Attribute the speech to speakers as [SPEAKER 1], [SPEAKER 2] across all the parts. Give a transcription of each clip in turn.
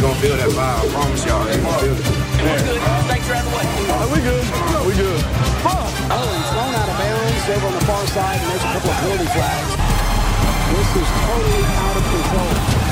[SPEAKER 1] gonna feel that vibe. I promise y'all, they gonna feel it.
[SPEAKER 2] We're good. Snakes are out of the way.
[SPEAKER 3] We good. We good.
[SPEAKER 4] Oh, he's thrown out of bounds over on the far side, and there's a couple of penalty flags. This is totally out of control.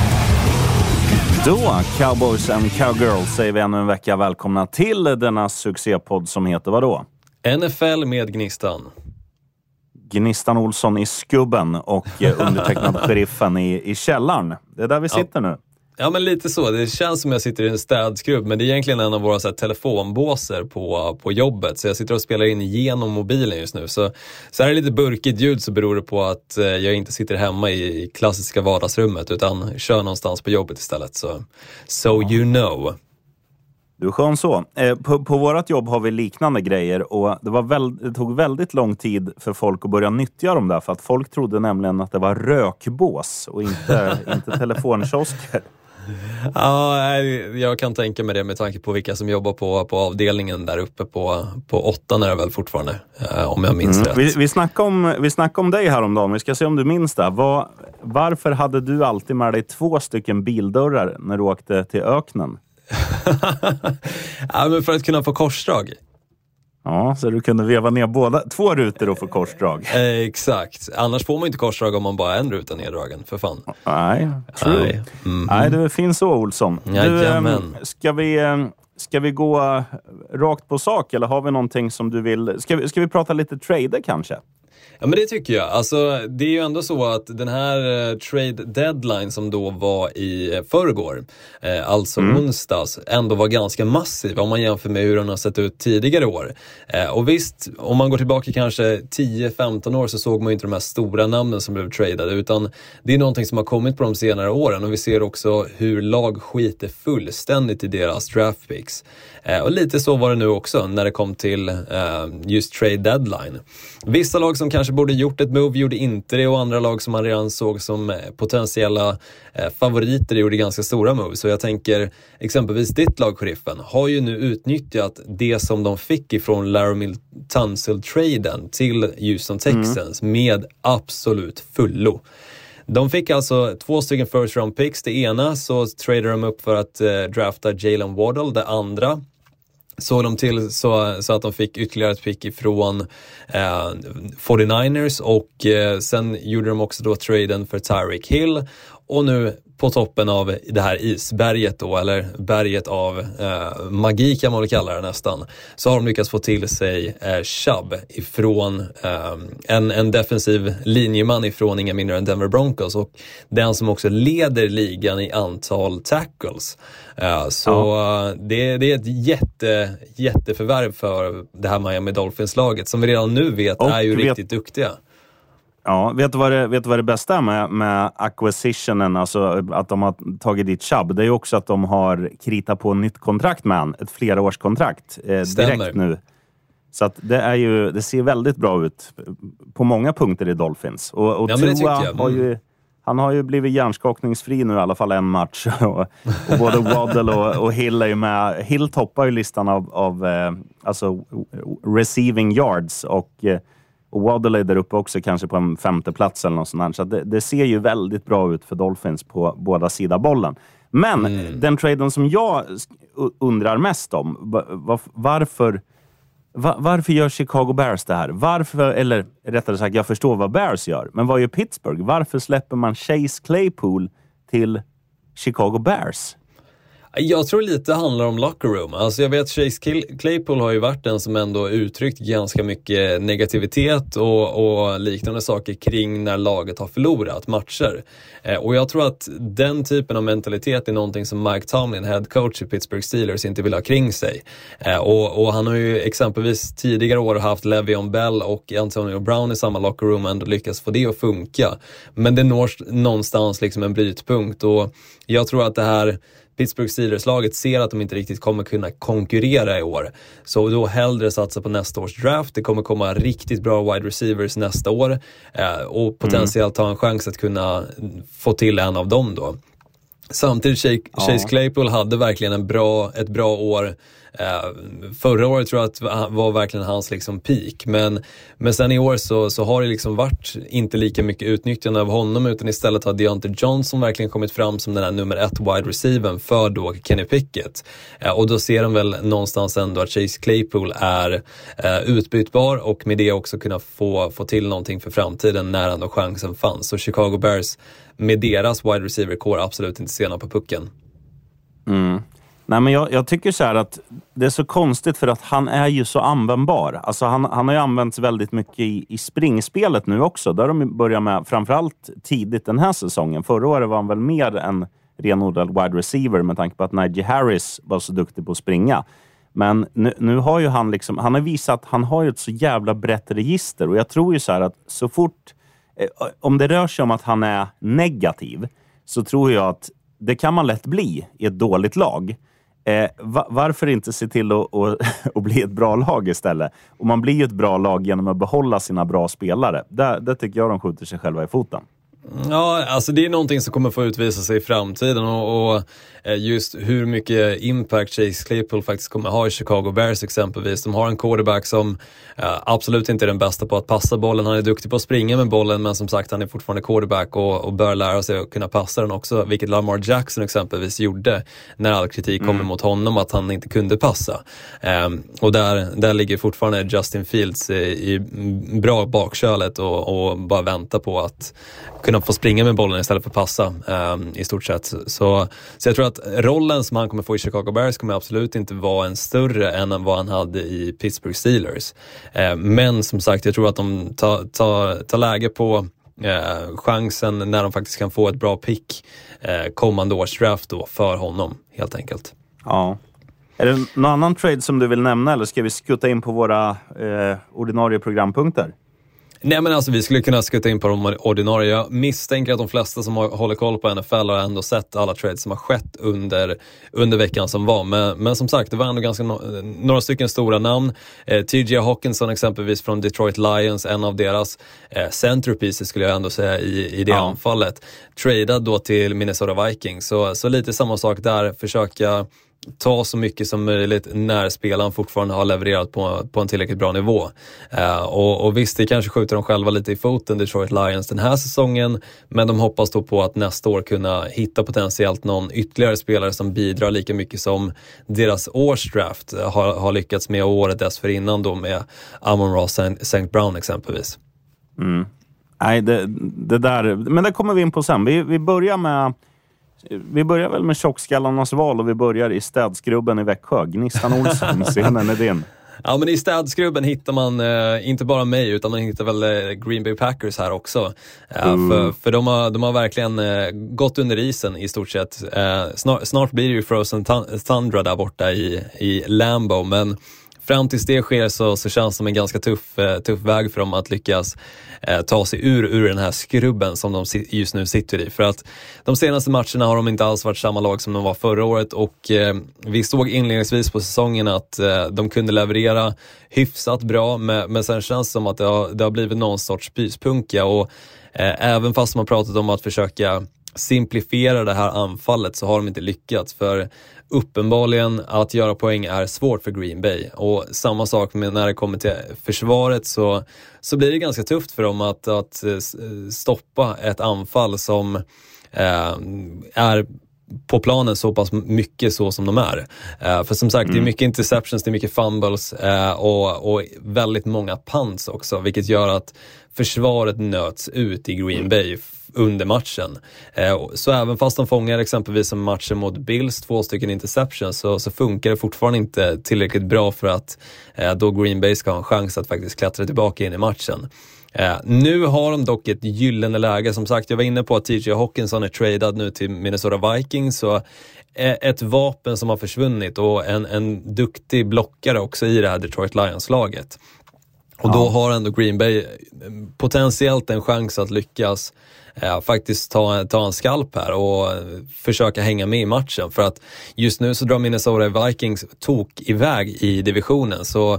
[SPEAKER 5] Då, Cowboys and Cowgirls, säger vi ännu en vecka välkomna till denna succépodd som heter vadå?
[SPEAKER 6] NFL med Gnistan.
[SPEAKER 5] Gnistan Olsson i skubben och undertecknad sheriffen i källaren. Det är där vi sitter nu.
[SPEAKER 6] Ja, men lite så. Det känns som jag sitter i en städskrubb, men det är egentligen en av våra så här, telefonbåser på jobbet. Så jag sitter och spelar in genom mobilen just nu. Så är det lite burkigt ljud så beror det på att jag inte sitter hemma i klassiska vardagsrummet utan kör någonstans på jobbet istället. So you know.
[SPEAKER 5] Du skön så. På vårt jobb har vi liknande grejer och det tog väldigt lång tid för folk att börja nyttja dem där. För att folk trodde nämligen att det var rökbås och inte telefonkiosker.
[SPEAKER 6] Ja, jag kan tänka mig det med tanke på vilka som jobbar på avdelningen där uppe på 8 är det väl fortfarande, om jag minns rätt.
[SPEAKER 5] Vi snackade om dig häromdagen, vi ska se om du minns det. Varför hade du alltid med dig 2 stycken bildörrar när du åkte till öknen?
[SPEAKER 6] Ja, men för att kunna få korsdrag.
[SPEAKER 5] Ja, så du kunde veva ner 2 rutor och få korsdrag.
[SPEAKER 6] Exakt. Annars får man inte korsdrag om man bara en ruta neddragen, för fan.
[SPEAKER 5] Nej, true. Nej, det finns så, Olsson. Ska vi gå rakt på sak eller har vi någonting som du vill... Ska vi prata lite trader kanske?
[SPEAKER 6] Ja, men det tycker jag. Alltså, det är ju ändå så att den här trade deadline som då var i förrgår, alltså onsdags, ändå var ganska massiv om man jämför med hur den har sett ut tidigare år. Och visst, om man går tillbaka kanske 10-15 år så såg man ju inte de här stora namnen som blev tradade, utan det är någonting som har kommit på de senare åren och vi ser också hur lag skiter fullständigt i deras draft picks. Och lite så var det nu också när det kom till just trade deadline. Vissa lag som kanske borde gjort ett move gjorde inte det och andra lag som man redan såg som potentiella favoriter gjorde ganska stora moves. Så jag tänker exempelvis ditt lag, sheriffen, har ju nu utnyttjat det som de fick ifrån Laramie Tunsil-traden till Houston Texans med absolut fullo. De fick alltså 2 stycken first round picks. Det ena så tradade de upp för att drafta Jalen Waddle. Det andra såg de till så att de fick ytterligare ett pick ifrån 49ers och sen gjorde de också då traden för Tyreek Hill. Och nu på toppen av det här isberget då, eller berget av magi kan man väl kalla det nästan, så har de lyckats få till sig Chubb ifrån en defensiv linjeman ifrån inga mindre än Denver Broncos och den som också leder ligan i antal tackles. Det är ett jätteförvärv för det här Miami Dolphins-laget som vi redan nu vet är ju riktigt duktiga.
[SPEAKER 5] Ja, vet du vad det bästa är med acquisitionen, alltså att de har tagit dit Chubb, det är ju också att de har kritat på ett nytt kontrakt med han, ett flerårskontrakt direkt nu. Så att det ser väldigt bra ut på många punkter i Dolphins. Och
[SPEAKER 6] ja,
[SPEAKER 5] Tua han har ju blivit hjärnskakningsfri nu i alla fall en match. och både Waddle och Hill är ju med. Hill toppar ju listan av alltså receiving yards och Waddle är där uppe också kanske på en 5:e plats eller något sånt där. Så det ser ju väldigt bra ut för Dolphins på båda sidor bollen. Men den traden som jag undrar mest om, varför gör Chicago Bears det här? Varför, eller rättare sagt, jag förstår vad Bears gör. Men vad gör Pittsburgh? Varför släpper man Chase Claypool till Chicago Bears?
[SPEAKER 6] Jag tror lite handlar om locker room. Alltså jag vet Chase Claypool har ju varit den som ändå uttryckt ganska mycket negativitet och liknande saker kring när laget har förlorat matcher. Och jag tror att den typen av mentalitet är någonting som Mike Tomlin, head coach i Pittsburgh Steelers, inte vill ha kring sig. Och han har ju exempelvis tidigare år haft Le'Veon Bell och Antonio Brown i samma locker room och ändå lyckas få det att funka. Men det når någonstans liksom en brytpunkt och jag tror att det här Pittsburgh Steelers-laget ser att de inte riktigt kommer kunna konkurrera i år. Så då hellre satsa på nästa års draft. Det kommer komma riktigt bra wide receivers nästa år. Och potentiellt ha en chans att kunna få till en av dem då. Samtidigt Chase Claypool hade verkligen ett bra år Förra året tror jag att var verkligen hans liksom peak, men sen i år så har det liksom varit inte lika mycket utnyttjande av honom, utan istället har Deontay Johnson verkligen kommit fram som den här nummer 1 wide receiver för då Kenny Pickett. Och då ser de väl någonstans ändå att Chase Claypool är utbytbar och med det också kunna få till någonting för framtiden när ändå chansen fanns. Så Chicago Bears med deras wide receiver core absolut inte sena på pucken.
[SPEAKER 5] Nej, men jag tycker så här att det är så konstigt för att han är ju så användbar. Alltså han har ju använts väldigt mycket i springspelet nu också. Där de börjar med, framförallt tidigt den här säsongen. Förra året var han väl mer en renodlad wide receiver med tanke på att Najee Harris var så duktig på att springa. Men nu har ju han liksom, han har visat att han har ju ett så jävla brett register. Och jag tror ju så här att så fort, om det rör sig om att han är negativ, så tror jag att det kan man lätt bli i ett dåligt lag. Varför inte se till att bli ett bra lag istället? Och man blir ju ett bra lag genom att behålla sina bra spelare. Det tycker jag de skjuter sig själva i foten.
[SPEAKER 6] Ja, alltså det är någonting som kommer få utvisa sig i framtiden och just hur mycket impact Chase Claypool faktiskt kommer ha i Chicago Bears exempelvis. De har en quarterback som absolut inte är den bästa på att passa bollen. Han är duktig på att springa med bollen, men som sagt han är fortfarande quarterback och bör lära sig att kunna passa den också, vilket Lamar Jackson exempelvis gjorde när all kritik kommer mot honom att han inte kunde passa. Och där ligger fortfarande Justin Fields i bra bakkölet och bara vänta på att kunna få springa med bollen istället för att passa i stort sett. Så jag tror att rollen som han kommer få i Chicago Bears kommer absolut inte vara en större än vad han hade i Pittsburgh Steelers. Men som sagt, jag tror att de tar läge på chansen när de faktiskt kan få ett bra pick kommande års draft då för honom, helt enkelt. Ja.
[SPEAKER 5] Är det någon annan trade som du vill nämna, eller ska vi skutta in på våra ordinarie programpunkter?
[SPEAKER 6] Nej, men alltså vi skulle kunna skutta in på de ordinarie. Jag misstänker att de flesta som håller koll på NFL har ändå sett alla trades som har skett under veckan som var. Men som sagt, det var ändå ganska några stycken stora namn. TJ Hawkinson exempelvis från Detroit Lions, en av deras centerpieces skulle jag ändå säga i det anfallet. Tradad då till Minnesota Vikings. Så lite samma sak där, försöka ta så mycket som möjligt när spelaren fortfarande har levererat på en tillräckligt bra nivå. Och visst, det kanske skjuter de själva lite i foten, Detroit Lions, den här säsongen, men de hoppas då på att nästa år kunna hitta potentiellt någon ytterligare spelare som bidrar lika mycket som deras årsdraft har lyckats med året dessförinnan då med Amon-Ra St. Brown exempelvis.
[SPEAKER 5] Nej, det där, men det kommer vi in på sen. Vi börjar väl med tjockskallarnas val och vi börjar i städskrubben i Växjö. Gnistan Olsson, scenen är din.
[SPEAKER 6] Ja, men i städskrubben hittar man inte bara mig, utan man hittar väl Green Bay Packers här också. För de har verkligen gått under isen i stort sett. Snart blir det ju Frozen Tundra där borta i Lambeau, men fram tills det sker så känns det som en ganska tuff väg för dem att lyckas ta sig ur den här skrubben som de just nu sitter i. För att de senaste matcherna har de inte alls varit samma lag som de var förra året, och vi såg inledningsvis på säsongen att de kunde leverera hyfsat bra, men sen känns det som att det har blivit någon sorts pyspunka, och även fast man pratat om att försöka simplifiera det här anfallet så har de inte lyckats, för uppenbarligen att göra poäng är svårt för Green Bay, och samma sak med när det kommer till försvaret så blir det ganska tufft för dem att stoppa ett anfall som är på planen så pass mycket så som de är. För som sagt, det är mycket interceptions, det är mycket fumbles och väldigt många punts också, vilket gör att försvaret nöts ut i Green Bay under matchen. Så även fast de fångar exempelvis som matchen mot Bills 2 stycken interceptions så funkar det fortfarande inte tillräckligt bra för att då Green Bay ska ha en chans att faktiskt klättra tillbaka in i matchen. Nu har de dock ett gyllene läge. Som sagt, jag var inne på att TJ Hawkinson är tradad nu till Minnesota Vikings, så ett vapen som har försvunnit och en duktig blockare också i det här Detroit Lions-laget. Och då har ändå Green Bay potentiellt en chans att lyckas faktiskt ta en skalp här och försöka hänga med i matchen. För att just nu så drar Minnesota Vikings iväg i divisionen. Så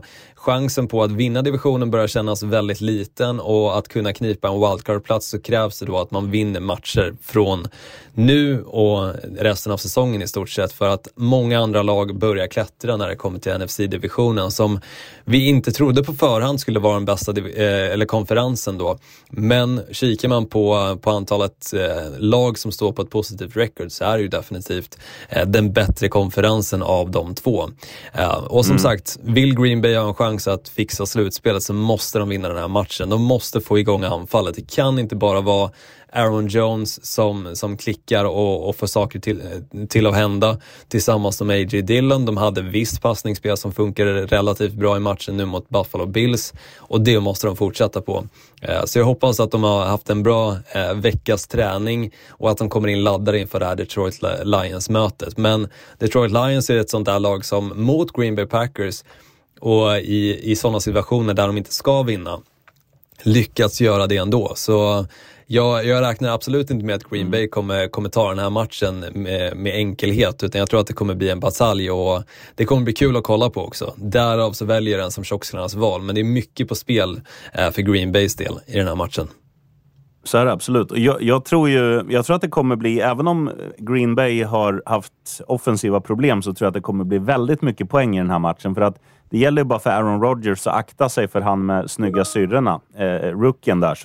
[SPEAKER 6] chansen på att vinna divisionen börjar kännas väldigt liten, och att kunna knipa en wildcard-plats så krävs det då att man vinner matcher från nu och resten av säsongen i stort sett, för att många andra lag börjar klättra när det kommer till NFC-divisionen, som vi inte trodde på förhand skulle vara den bästa eller konferensen då. Men kikar man på antalet lag som står på ett positivt record, så är det ju definitivt den bättre konferensen av de två. Och som sagt, vill Green Bay ha en chans att fixa slutspelet, så måste de vinna den här matchen. De måste få igång anfallet. Det kan inte bara vara Aaron Jones som klickar och får saker till att hända tillsammans med A.J. Dillon. De hade visst passningsspel som funkade relativt bra i matchen nu mot Buffalo Bills, och det måste de fortsätta på. Så jag hoppas att de har haft en bra veckas träning och att de kommer in laddare inför det här Detroit Lions-mötet. Men Detroit Lions är ett sånt där lag som mot Green Bay Packers, och i sådana situationer där de inte ska vinna, lyckats göra det ändå. Så jag räknar absolut inte med att Green Bay kommer ta den här matchen med enkelhet, utan jag tror att det kommer bli en batalj, och det kommer bli kul att kolla på också. Därav så väljer den som tjockskallarnas val, men det är mycket på spel för Green Bays del i den här matchen.
[SPEAKER 5] Så är det absolut. Jag tror att det kommer bli, även om Green Bay har haft offensiva problem, så tror jag att det kommer bli väldigt mycket poäng i den här matchen, för att det gäller ju bara för Aaron Rodgers att akta sig för han med snygga syrrorna. Rookien där,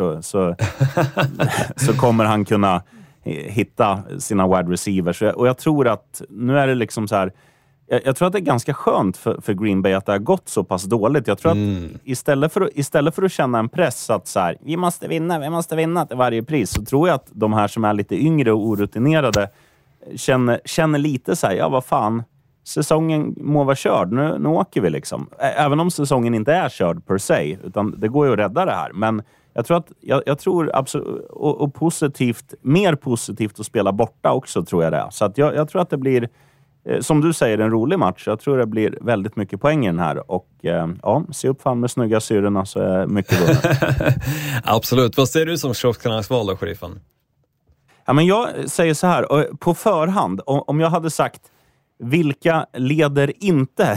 [SPEAKER 5] så kommer han kunna hitta sina wide receivers. Och jag tror att nu är det liksom så här, jag tror att det är ganska skönt för Green Bay att det har gått så pass dåligt. Jag tror att istället för att känna en press att så här, vi måste vinna till varje pris, så tror jag att de här som är lite yngre och orutinerade känner lite så här, ja vad fan, säsongen må vara körd, nu åker vi liksom. Även om säsongen inte är körd per se, utan det går ju att rädda det här. Men jag tror absolut, och positivt, mer positivt att spela borta också, tror jag det är. Så att jag tror att det blir, som du säger, en rolig match. Jag tror det blir väldigt mycket poäng i den här. Och ja, se upp fan med snygga syrorna, så är mycket vunnet.
[SPEAKER 6] Absolut. Vad säger du som tjockskallarnas val då, sheriffen?
[SPEAKER 5] Ja, men jag säger så här, på förhand, om jag hade sagt vilka leder inte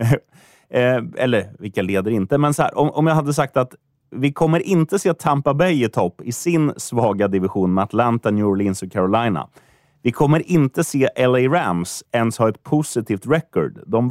[SPEAKER 5] eller vilka leder inte, men så här, om jag hade sagt att vi kommer inte se Tampa Bay i topp i sin svaga division med Atlanta, New Orleans och Carolina. Vi kommer inte se LA Rams ens ha ett positivt record. De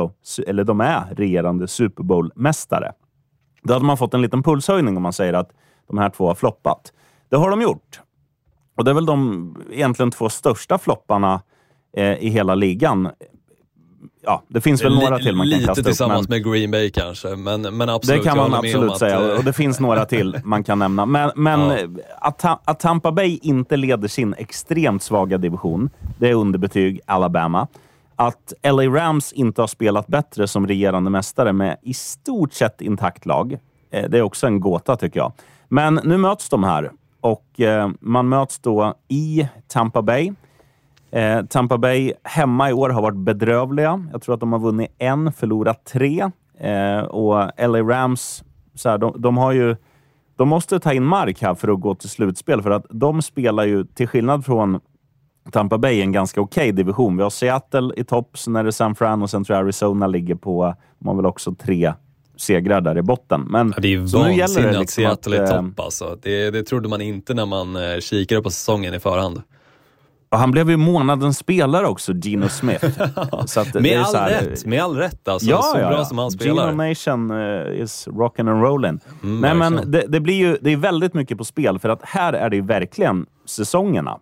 [SPEAKER 5] är regerande Super Bowl-mästare. Då hade man fått en liten pulshöjning om man säger att de här två har floppat. Det har de gjort. Och det är väl de egentligen två största flopparna i hela ligan. Ja, det finns väl några till man kan kasta upp.
[SPEAKER 6] Lite tillsammans med Green Bay kanske, men absolut.
[SPEAKER 5] Det kan man absolut säga, och det finns några till man kan nämna. Men att Tampa Bay inte leder sin extremt svaga division, det är underbetyg Alabama. Att LA Rams inte har spelat bättre som regerande mästare med i stort sett intakt lag, det är också en gåta tycker jag. Men nu möts de här, och man möts då i Tampa Bay. Tampa Bay hemma i år har varit bedrövliga. Jag tror att de har vunnit 1, förlorat 3. Och LA Rams, så här, de måste ta in mark här för att gå till slutspel. För att de spelar ju, till skillnad från Tampa Bay, en ganska okej division. Vi har Seattle i topp, sen är det San Fran, och sen tror jag Arizona ligger på, man vill också 3 segrar där i botten. Men
[SPEAKER 6] ja, det är ju vansinnigt att Seattle är topp alltså. Det trodde man inte när man kikade på säsongen i förhand.
[SPEAKER 5] Och han blev ju månadens spelare också, Geno Smith. Så att
[SPEAKER 6] med all rätt alltså. Ja, så bra som han spelar.
[SPEAKER 5] Geno Nation is rockin' and rollin'. Nej, men det är väldigt mycket på spel, för att här är det ju verkligen säsongerna.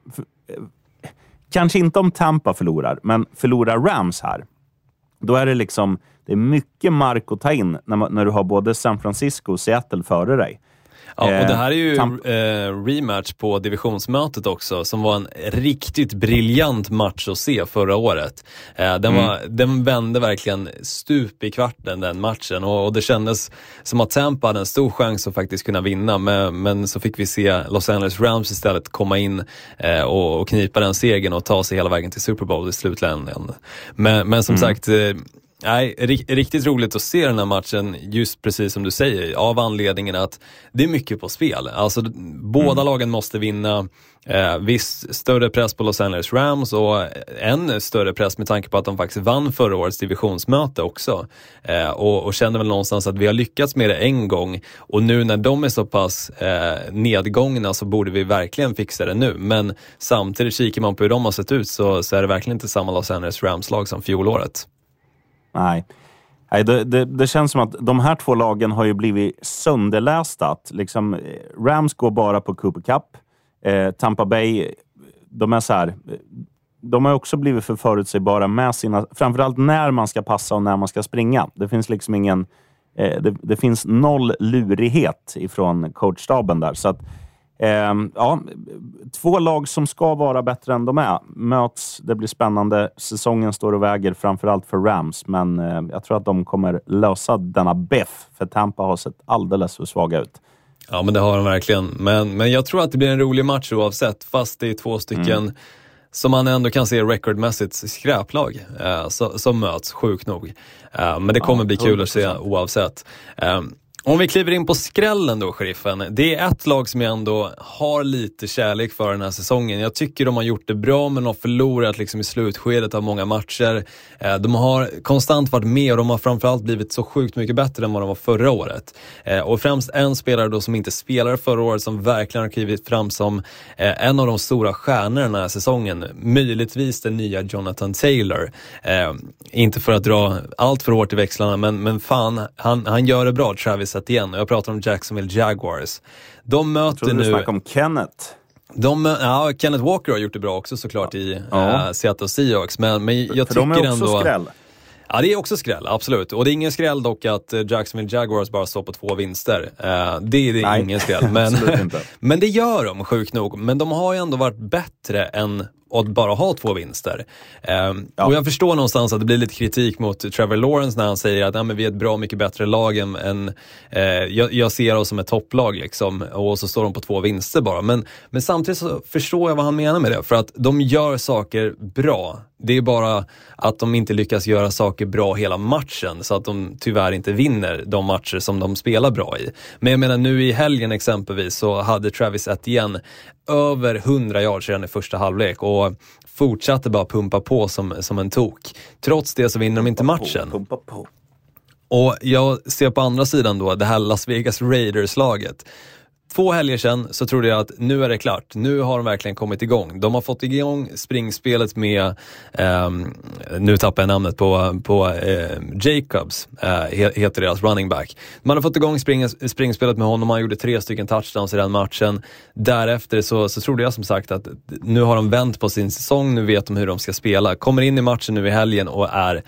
[SPEAKER 5] Kanske inte om Tampa förlorar, men förlorar Rams här, då är det liksom, det är mycket mark att ta in när du har både San Francisco och Seattle före dig.
[SPEAKER 6] Ja, och det här är ju rematch på divisionsmötet också, som var en riktigt briljant match att se förra året. Den vände verkligen stup i kvarten, den matchen, och det kändes som att Tampa hade en stor chans att faktiskt kunna vinna, men så fick vi se Los Angeles Rams istället komma in och knipa den segern och ta sig hela vägen till Super Bowl i slutändan. Men som sagt, Nej, riktigt roligt att se den här matchen, just precis som du säger, av anledningen att det är mycket på spel. Alltså båda lagen måste vinna. Viss större press på Los Angeles Rams och en större press med tanke på att de faktiskt vann förra årets divisionsmöte också. Och känner väl någonstans att vi har lyckats med det en gång, och nu när de är så pass nedgångna så borde vi verkligen fixa det nu. Men samtidigt kikar man på hur de har sett ut så är det verkligen inte samma Los Angeles Rams-lag som fjolåret.
[SPEAKER 5] Nej, det känns som att de här två lagen har ju blivit sönderlästa. Liksom, Rams går bara på Cooper Cup. Tampa Bay, de är så här, de har också blivit för förutsägbara med sina, framförallt när man ska passa och när man ska springa. Det finns liksom ingen, det finns noll lurighet ifrån coachstaben där. Så att, två lag som ska vara bättre än de är möts. Det blir spännande. Säsongen står och väger framförallt för Rams, men jag tror att de kommer lösa denna beff, för Tampa har sett alldeles för svaga ut.
[SPEAKER 6] Ja, men det har de verkligen. Men jag tror att det blir en rolig match oavsett, fast det är två stycken som man ändå kan se rekordmässigt skräplag som möts, sjukt nog. Men det kommer bli kul 100%. Att se oavsett. Om vi kliver in på skrällen då, Sheriffen. Det är ett lag som jag ändå har lite kärlek för den här säsongen. Jag tycker de har gjort det bra, men de har förlorat liksom i slutskedet av många matcher. De har konstant varit med och de har framförallt blivit så sjukt mycket bättre än vad de var förra året. Och främst en spelare då som inte spelade förra året som verkligen har klivit fram som en av de stora stjärnorna den här säsongen. Möjligtvis den nya Jonathan Taylor. Inte för att dra allt för hårt i växlarna, men fan, han gör det bra, Travis igen. Jag pratar om Jacksonville Jaguars. De möter nu...
[SPEAKER 5] snackar om Kenneth.
[SPEAKER 6] Kenneth Walker har gjort det bra också såklart i Seattle Seahawks. Men jag
[SPEAKER 5] för
[SPEAKER 6] tycker
[SPEAKER 5] de är också
[SPEAKER 6] ändå...
[SPEAKER 5] skräll.
[SPEAKER 6] Ja, det är också skräll, absolut. Och det är ingen skräll dock att Jacksonville Jaguars bara står på 2 vinster. Det är ingen skräll. Men det gör de, sjukt nog. Men de har ju ändå varit bättre än att bara ha 2 vinster. Och jag förstår någonstans att det blir lite kritik mot Trevor Lawrence när han säger att vi är ett bra mycket bättre lag än jag ser oss som ett topplag liksom, och så står de på 2 vinster bara. Men samtidigt så förstår jag vad han menar med det, för att de gör saker bra. Det är bara att de inte lyckas göra saker bra hela matchen, så att de tyvärr inte vinner de matcher som de spelar bra i. Men jag menar, nu i helgen exempelvis så hade Travis Etienne över 100 yards redan i första halvlek och fortsatte bara pumpa på som en tok. Trots det så vinner de inte matchen.
[SPEAKER 5] Pumpa på.
[SPEAKER 6] Och jag ser på andra sidan då det här Las Vegas Raiders-laget. 2 helger sedan så trodde jag att nu är det klart. Nu har de verkligen kommit igång. De har fått igång springspelet med, nu tappar jag namnet på Jacobs, heter deras running back. Man har fått igång springspelet med honom. Han gjorde 3 stycken touchdowns i den matchen. Därefter så trodde jag som sagt att nu har de vänt på sin säsong. Nu vet de hur de ska spela. Kommer in i matchen nu i helgen och är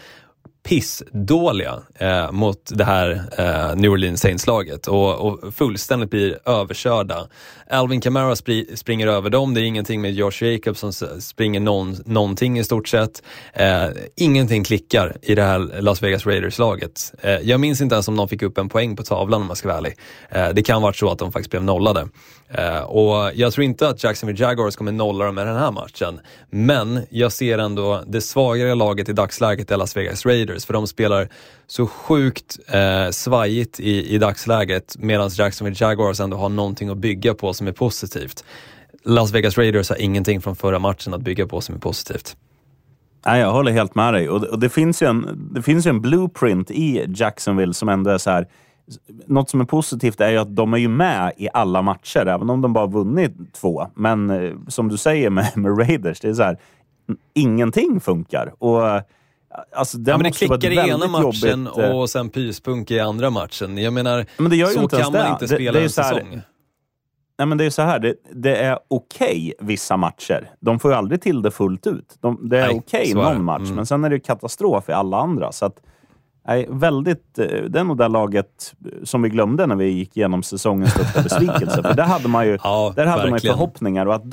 [SPEAKER 6] pissdåliga mot det här New Orleans Saints-laget och fullständigt blir överkörda. Alvin Kamara springer över dem. Det är ingenting med Josh Jacobs som springer någonting i stort sett. Ingenting klickar i det här Las Vegas Raiders-laget. Jag minns inte ens om de fick upp en poäng på tavlan om man ska vara ärlig. Det kan vara så att de faktiskt blev nollade. Och jag tror inte att Jacksonville Jaguars kommer nolla dem med den här matchen. Men jag ser ändå det svagare laget i dagsläget är Las Vegas Raiders. För de spelar så sjukt svajigt i dagsläget, medan Jacksonville Jaguars ändå har någonting att bygga på som är positivt. Las Vegas Raiders har ingenting från förra matchen att bygga på som är positivt.
[SPEAKER 5] Nej, jag håller helt med dig. Och det finns ju en blueprint i Jacksonville som ändå är så här. Något som är positivt är ju att de är ju med i alla matcher, även om de bara vunnit 2. Men som du säger med Raiders, det är så här, ingenting funkar. Och alltså,
[SPEAKER 6] men det klickar i ena matchen och sen pyspunk i andra matchen. Jag menar, men det gör ju så inte kan man inte spela en säsong.
[SPEAKER 5] Nej, men det är så här, det är okej vissa matcher. De får ju aldrig till det fullt ut. Det är okej någon match, men sen är det katastrof i alla andra. Så att, nej, det är nog det laget som vi glömde när vi gick igenom säsongens största besvikelse. För där hade man ju, man ju förhoppningar, och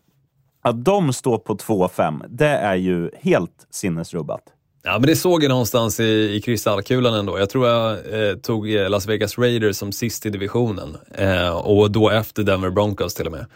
[SPEAKER 5] att de står på 2-5, det är ju helt sinnesrubbat.
[SPEAKER 6] Ja, men det såg jag någonstans i kristallkulan ändå. Jag tror jag tog Las Vegas Raiders som sist i divisionen. Och då efter Denver Broncos till och med.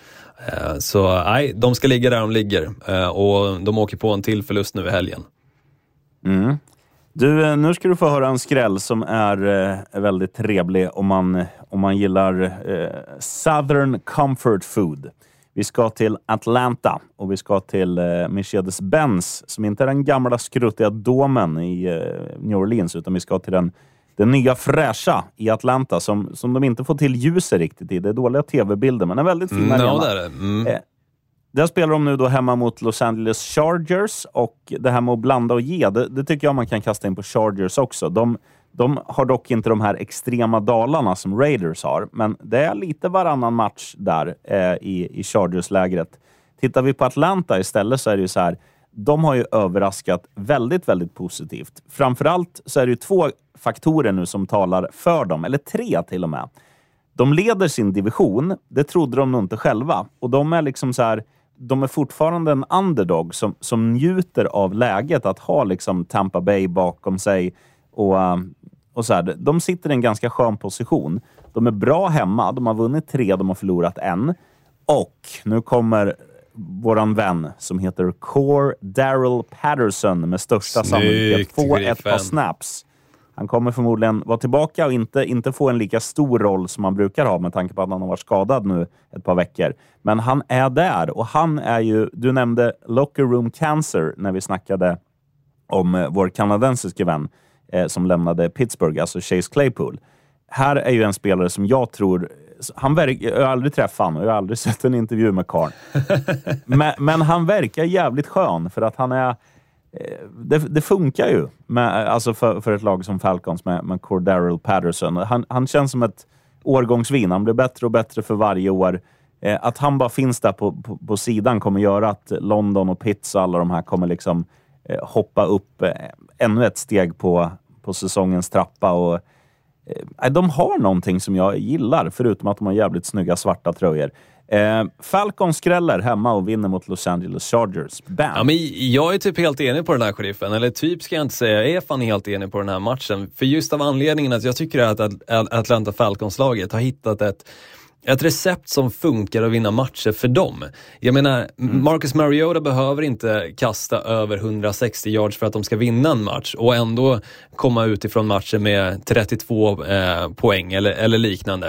[SPEAKER 6] Så nej, de ska ligga där de ligger. Och de åker på en till förlust nu i helgen.
[SPEAKER 5] Du, nu ska du få höra en skräll som är väldigt trevlig om man gillar Southern Comfort Food. Vi ska till Atlanta och vi ska till Mercedes-Benz som inte är den gamla skruttiga domen i New Orleans, utan vi ska till den nya fräscha i Atlanta som de inte får till ljuset riktigt i. Det är dåliga tv-bilder, men en väldigt fin arena.
[SPEAKER 6] Det är det.
[SPEAKER 5] Där spelar de nu då hemma mot Los Angeles Chargers, och det här med att blanda och ge, det tycker jag man kan kasta in på Chargers också. De har dock inte de här extrema dalarna som Raiders har, men det är lite varannan match där i Chargers-lägret. Tittar vi på Atlanta istället så är det ju så här, de har ju överraskat väldigt, väldigt positivt. Framförallt så är det ju 2 faktorer nu som talar för dem, eller 3 till och med. De leder sin division, det trodde de nog inte själva, och de är liksom så här, de är fortfarande en underdog som njuter av läget att ha liksom Tampa Bay bakom sig och så här. De sitter i en ganska skön position. De är bra hemma, de har vunnit 3, de har förlorat 1. Och nu kommer våran vän som heter Cordarrelle Patterson med största sannolikhet få ett par snaps. Han kommer förmodligen vara tillbaka och inte få en lika stor roll som han brukar ha med tanke på att han har varit skadad nu ett par veckor. Men han är där, och han är ju, du nämnde locker room cancer när vi snackade om vår kanadensiske vän som lämnade Pittsburgh, alltså Chase Claypool. Här är ju en spelare som jag tror, jag har aldrig träffat honom och jag har aldrig sett en intervju med Karn. men han verkar jävligt skön för att han är det funkar ju med, alltså för ett lag som Falcons med Cordarrelle Patterson. Han känns som ett årgångsvin. Han blir bättre och bättre för varje år. Att han bara finns där på sidan kommer göra att London och Pitts och alla de här kommer liksom hoppa upp ännu ett steg på säsongens trappa. Och de har någonting som jag gillar, förutom att de har jävligt snygga svarta tröjor. Falcons skräller hemma och vinner mot Los Angeles Chargers. Bam.
[SPEAKER 6] Ja, men jag är typ helt enig på den här sheriffen. Eller typ ska jag inte säga. Jag är fan helt enig på den här matchen. För just av anledningen att jag tycker att Atlanta Falcons-laget har hittat ett recept som funkar att vinna matcher för dem. Jag menar, Marcus Mariota behöver inte kasta över 160 yards för att de ska vinna en match och ändå komma utifrån matchen med 32 poäng eller liknande.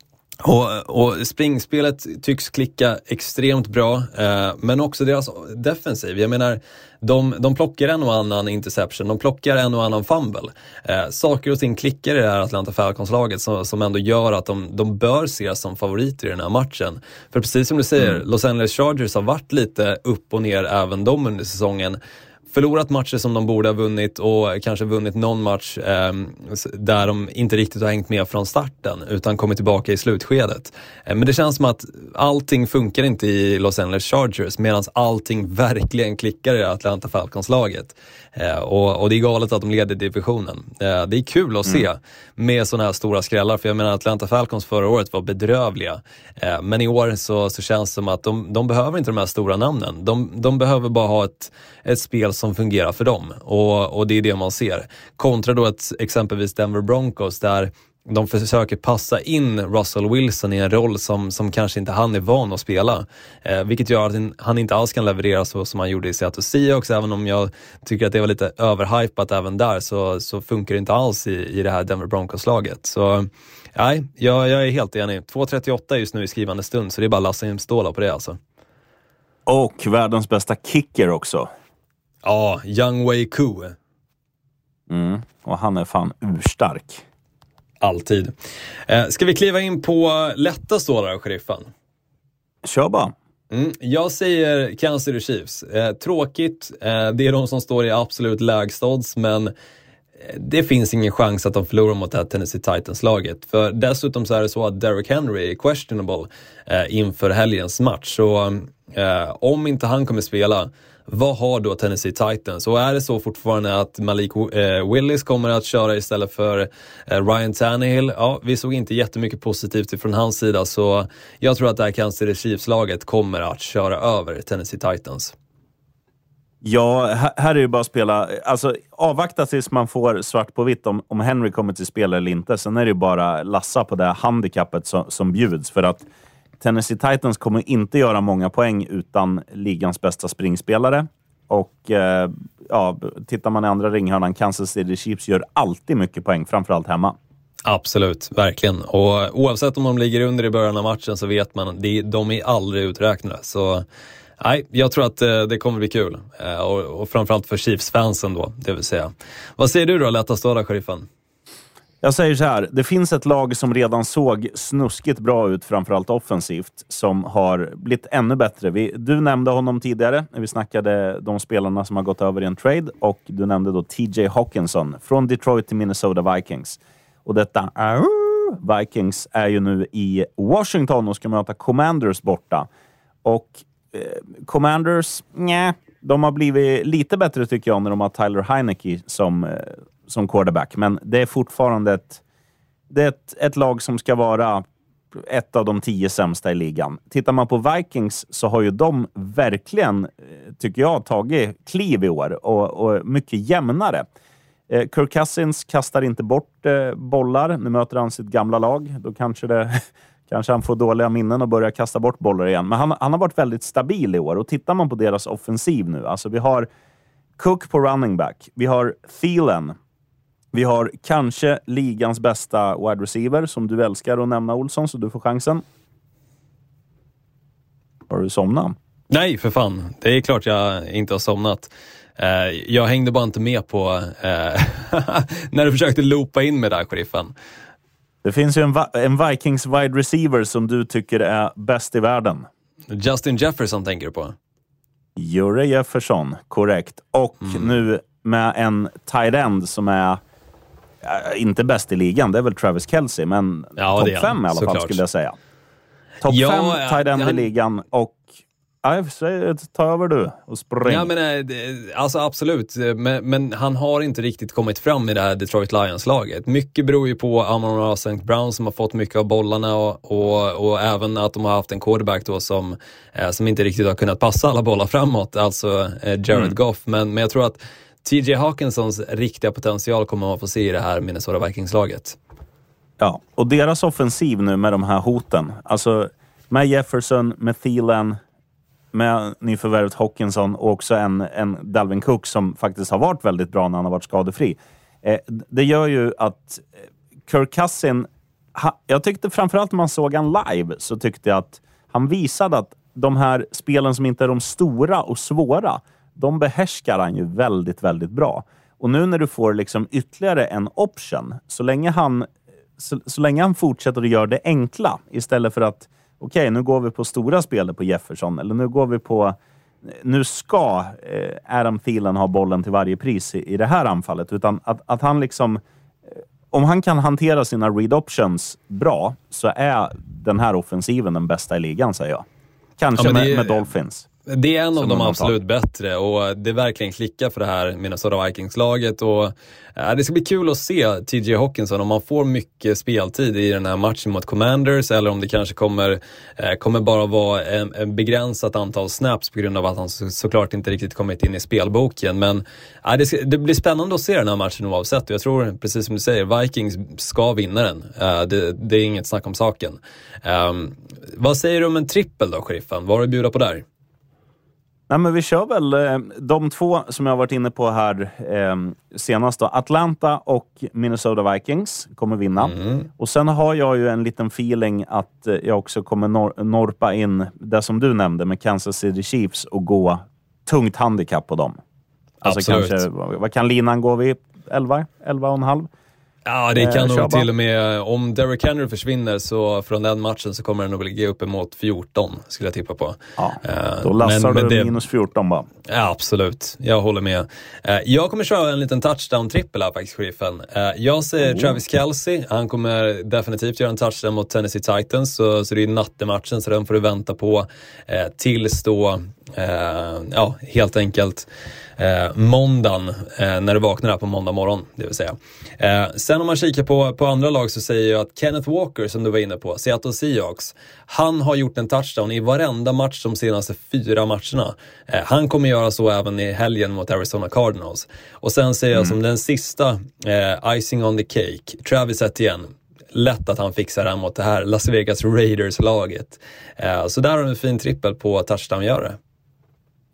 [SPEAKER 6] Och springspelet tycks klicka extremt bra, men också deras defensiv. Jag menar, de plockar en och annan interception, de plockar en och annan fumble. Saker och ting klickar i det här Atlanta Falcons-laget som ändå gör att de bör ses som favoriter i den här matchen. För precis som du säger, Los Angeles Chargers har varit lite upp och ner även de under säsongen. Förlorat matcher som de borde ha vunnit och kanske vunnit någon match där de inte riktigt har hängt med från starten utan kommit tillbaka i slutskedet. Men det känns som att allting funkar inte i Los Angeles Chargers medan allting verkligen klickar i Atlanta Falcons-laget. Och det är galet att de leder divisionen. Det är kul att se med sådana här stora skrällar, för jag menar Atlanta Falcons förra året var bedrövliga. Men i år så känns det som att de behöver inte de här stora namnen. De behöver bara ha ett spel som fungerar för dem. Och det är det man ser. Kontra då exempelvis Denver Broncos där de försöker passa in Russell Wilson i en roll som kanske inte han är van att spela. Vilket gör att han inte alls kan leverera så som han gjorde i Seattle Seahawks. Även om jag tycker att det var lite överhypat även där så funkar det inte alls i det här Denver Broncos-laget. Så nej, jag är helt enig. 2.38 just nu i skrivande stund, så det är bara lassa in stålar på det alltså.
[SPEAKER 5] Och världens bästa kicker också.
[SPEAKER 6] Ja, Younghoe Koo.
[SPEAKER 5] Och han är fan urstark.
[SPEAKER 6] Alltid. Ska vi kliva in på lätta stålar, sheriffen?
[SPEAKER 5] Kör bara.
[SPEAKER 6] Jag säger Kansas City Chiefs. Tråkigt. Det är de som står i absolut lägsta odds, men det finns ingen chans att de förlorar mot det här Tennessee Titans-laget. För dessutom så är det så att Derrick Henry är questionable inför helgens match. Så om inte han kommer spela, vad har då Tennessee Titans? Och är det så fortfarande att Malik Willis kommer att köra istället för Ryan Tannehill? Ja, vi såg inte jättemycket positivt från hans sida, så jag tror att det här Kansas City Chiefs-laget kommer att köra över Tennessee Titans.
[SPEAKER 5] Ja, här är det bara att spela, alltså avvakta tills man får svart på vitt om Henry kommer till spela eller inte. Sen är det ju bara lassa på det här handikappet som bjuds, för att Tennessee Titans kommer inte göra många poäng utan ligans bästa springspelare. Och tittar man i andra ringhörnan, Kansas City Chiefs gör alltid mycket poäng, framförallt hemma.
[SPEAKER 6] Absolut, verkligen. Och oavsett om de ligger under i början av matchen så vet man att de är aldrig uträknade. Så nej, jag tror att det kommer bli kul. Och framförallt för Chiefs-fansen då, det vill säga. Vad säger du då, lättast då, sheriffen?
[SPEAKER 5] Jag säger så här, det finns ett lag som redan såg snuskigt bra ut, framförallt offensivt, som har blivit ännu bättre. Du nämnde honom tidigare när vi snackade de spelarna som har gått över i en trade, och du nämnde då TJ Hawkinson från Detroit till Minnesota Vikings. Och detta Vikings är ju nu i Washington och ska möta Commanders borta. Och Commanders, de har blivit lite bättre tycker jag när de har Tyler Heineke som quarterback. Men det är fortfarande ett lag som ska vara ett av de 10 sämsta i ligan. Tittar man på Vikings så har ju de verkligen, tycker jag, tagit kliv i år och mycket jämnare. Kirk Cousins kastar inte bort bollar. Nu möter han sitt gamla lag. Då kanske han får dåliga minnen och börjar kasta bort bollar igen. Men han har varit väldigt stabil i år. Och tittar man på deras offensiv nu. Alltså vi har Cook på running back. Vi har Thielen. Vi har kanske ligans bästa wide receiver som du älskar att nämna, Olsson, så du får chansen. Har du somnat?
[SPEAKER 6] Nej, för fan. Det är klart jag inte har somnat. Jag hängde bara inte med på när du försökte loopa in med där, sheriffen.
[SPEAKER 5] Det finns ju en Vikings wide receiver som du tycker är bäst i världen.
[SPEAKER 6] Justin Jefferson tänker du på?
[SPEAKER 5] Jure Jefferson, korrekt. Och nu med en tight end som är inte bäst i ligan. Det är väl Travis Kelce, men topp 5 i alla fall skulle jag säga. Topp 5 tight end i ligan och ta över du och spring.
[SPEAKER 6] Ja, men alltså absolut. Men han har inte riktigt kommit fram i det här Detroit Lions-laget. Mycket beror ju på Amon-Ra St. Brown som har fått mycket av bollarna och även att de har haft en quarterback då som inte riktigt har kunnat passa alla bollar framåt, alltså Jared Goff. Men jag tror att TJ Hawkinsons riktiga potential kommer man att få se i det här Minnesota Vikings-laget.
[SPEAKER 5] Ja, och deras offensiv nu med de här hoten. Alltså med Jefferson, med Thielen, med nyförvärvet Hawkinson och också en Dalvin Cook som faktiskt har varit väldigt bra när han har varit skadefri. Det gör ju att Kirk Cousins, jag tyckte framförallt när man såg han live så tyckte jag att han visade att de här spelen som inte är de stora och svåra, de behärskar han ju väldigt, väldigt bra. Och nu när du får liksom ytterligare en option, så länge han fortsätter att göra det enkla istället för att okej, nu går vi på stora spel på Jefferson, eller nu ska Adam Thielen ha bollen till varje pris i det här anfallet, utan att han liksom, om han kan hantera sina read options bra, så är den här offensiven den bästa i ligan, säger jag. Kanske med Dolphins.
[SPEAKER 6] Det är en av de absolut bättre och det verkligen klickar för det här Minnesota Vikings-laget och det ska bli kul att se TJ Hawkinson om man får mycket speltid i den här matchen mot Commanders eller om det kanske kommer bara vara en begränsat antal snaps på grund av att han såklart inte riktigt kommit in i spelboken. Men det blir spännande att se den här matchen oavsett och jag tror, precis som du säger, Vikings ska vinna den. Det är inget snack om saken. Vad säger du om en trippel då, sheriffen? Vad har du att bjuda på där?
[SPEAKER 5] Nej, men vi kör väl de två som jag har varit inne på här senast då. Atlanta och Minnesota Vikings kommer vinna. Och sen har jag ju en liten feeling att jag också kommer norpa in det som du nämnde med Kansas City Chiefs och gå tungt handikapp på dem. Alltså
[SPEAKER 6] absolut.
[SPEAKER 5] Kanske, vad kan linan gå vid? 11,5?
[SPEAKER 6] Ja, det kan nog till och med, om Derrick Henry försvinner så från den matchen så kommer den nog ligga upp emot 14, skulle jag tippa på.
[SPEAKER 5] Ja, då lassar du minus 14 bara.
[SPEAKER 6] Ja, absolut. Jag håller med. Jag kommer köra en liten touchdown-trippel här faktiskt, sheriffen. Jag ser Travis Kelce, han kommer definitivt göra en touchdown mot Tennessee Titans, så det är nattematchen, så den får du vänta på tills då, helt enkelt måndagen, när du vaknar här på måndag morgon, det vill säga. Sen om man kikar på andra lag så säger jag att Kenneth Walker, som du var inne på, Seattle Seahawks, han har gjort en touchdown i varenda match de senaste 4 matcherna. Han kommer göra så även i helgen mot Arizona Cardinals. Och sen säger jag som den sista icing on the cake, Travis Etienne. Lätt att han fixar det mot det här Las Vegas Raiders-laget. Så där har du en fin trippel på touchdown-göre.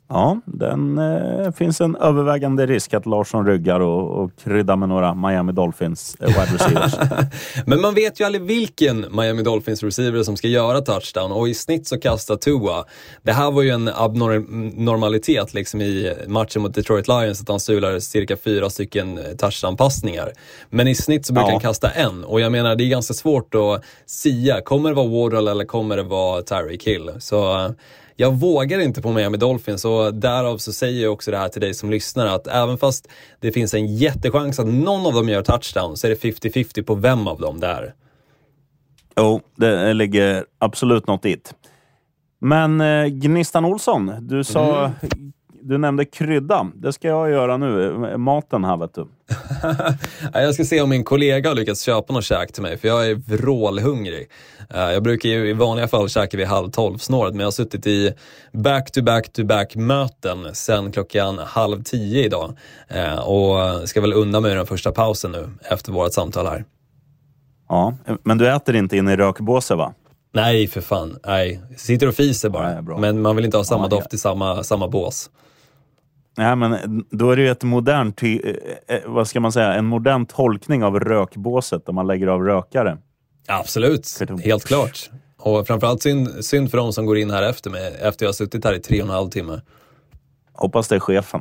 [SPEAKER 5] Ja, den finns en övervägande risk att Larsson ryggar och kryddar med några Miami Dolphins wide receivers.
[SPEAKER 6] Men man vet ju aldrig vilken Miami Dolphins receiver som ska göra touchdown, och i snitt så kastar Tua. Det här var ju en abnormalitet liksom i matchen mot Detroit Lions, att han stulade cirka 4 stycken touchdown-passningar. Men i snitt så brukar han kasta en, och jag menar det är ganska svårt att sia. Kommer det vara Wardle eller kommer det vara Tyreek Hill? Så jag vågar inte på Miami Dolphins, och därav så säger jag också det här till dig som lyssnar, att även fast det finns en jättechans att någon av dem gör touchdown, så är det 50-50 på vem av dem det är.
[SPEAKER 5] Jo, det ligger absolut något dit. Men Gnistan Olsson, du nämnde krydda. Det ska jag göra nu. Maten här, vet du.
[SPEAKER 6] Jag ska se om min kollega har lyckats köpa något käk till mig, för jag är vrålhungrig. Jag brukar ju i vanliga fall käka vid 11:30 snåret, men jag har suttit i back-to-back möten sen klockan 9:30 idag. Och ska väl undan mig den första pausen nu efter vårt samtal här.
[SPEAKER 5] Ja, men du äter inte in i rökbåset, va?
[SPEAKER 6] Nej, för fan. Nej, sitter och fiser bara.
[SPEAKER 5] Nej,
[SPEAKER 6] men man vill inte ha samma doft i samma bås.
[SPEAKER 5] Nej, men då är det ju ett modernt, vad ska man säga, en modern tolkning av rökbåset, där man lägger av rökare.
[SPEAKER 6] Absolut, helt klart. Och framförallt synd för de som går in här efter mig, efter jag har suttit här i 3,5 timmar.
[SPEAKER 5] Hoppas det är chefen.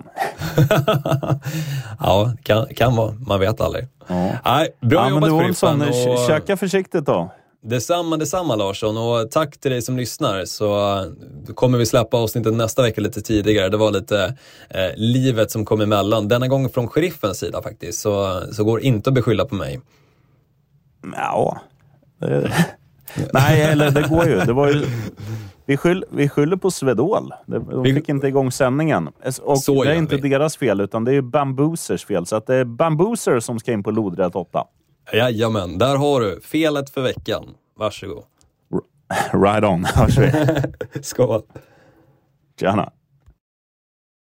[SPEAKER 6] Ja, kan vara. Man vet aldrig.
[SPEAKER 5] Ja.
[SPEAKER 6] Nej, bra jobbat
[SPEAKER 5] men Olsson,
[SPEAKER 6] och
[SPEAKER 5] käka försiktigt då.
[SPEAKER 6] Detsamma Larsson, och tack till dig som lyssnar. Så kommer vi släppa avsnittet nästa vecka lite tidigare. Det var lite livet som kom emellan. Denna gång från sheriffens sida faktiskt. Så går inte att beskylla på mig.
[SPEAKER 5] Ja. Nej, eller det går ju. Det var ju vi skyller på Svedol. De fick inte igång sändningen. Och det är inte deras fel, utan det är ju Bamboozers fel. Så att det är Bamboozer som ska in på lodrätt 8.
[SPEAKER 6] Jajamän, där har du felet för veckan. Varsågod.
[SPEAKER 5] Right on, hörs vi.
[SPEAKER 6] Skål.
[SPEAKER 5] Tjena.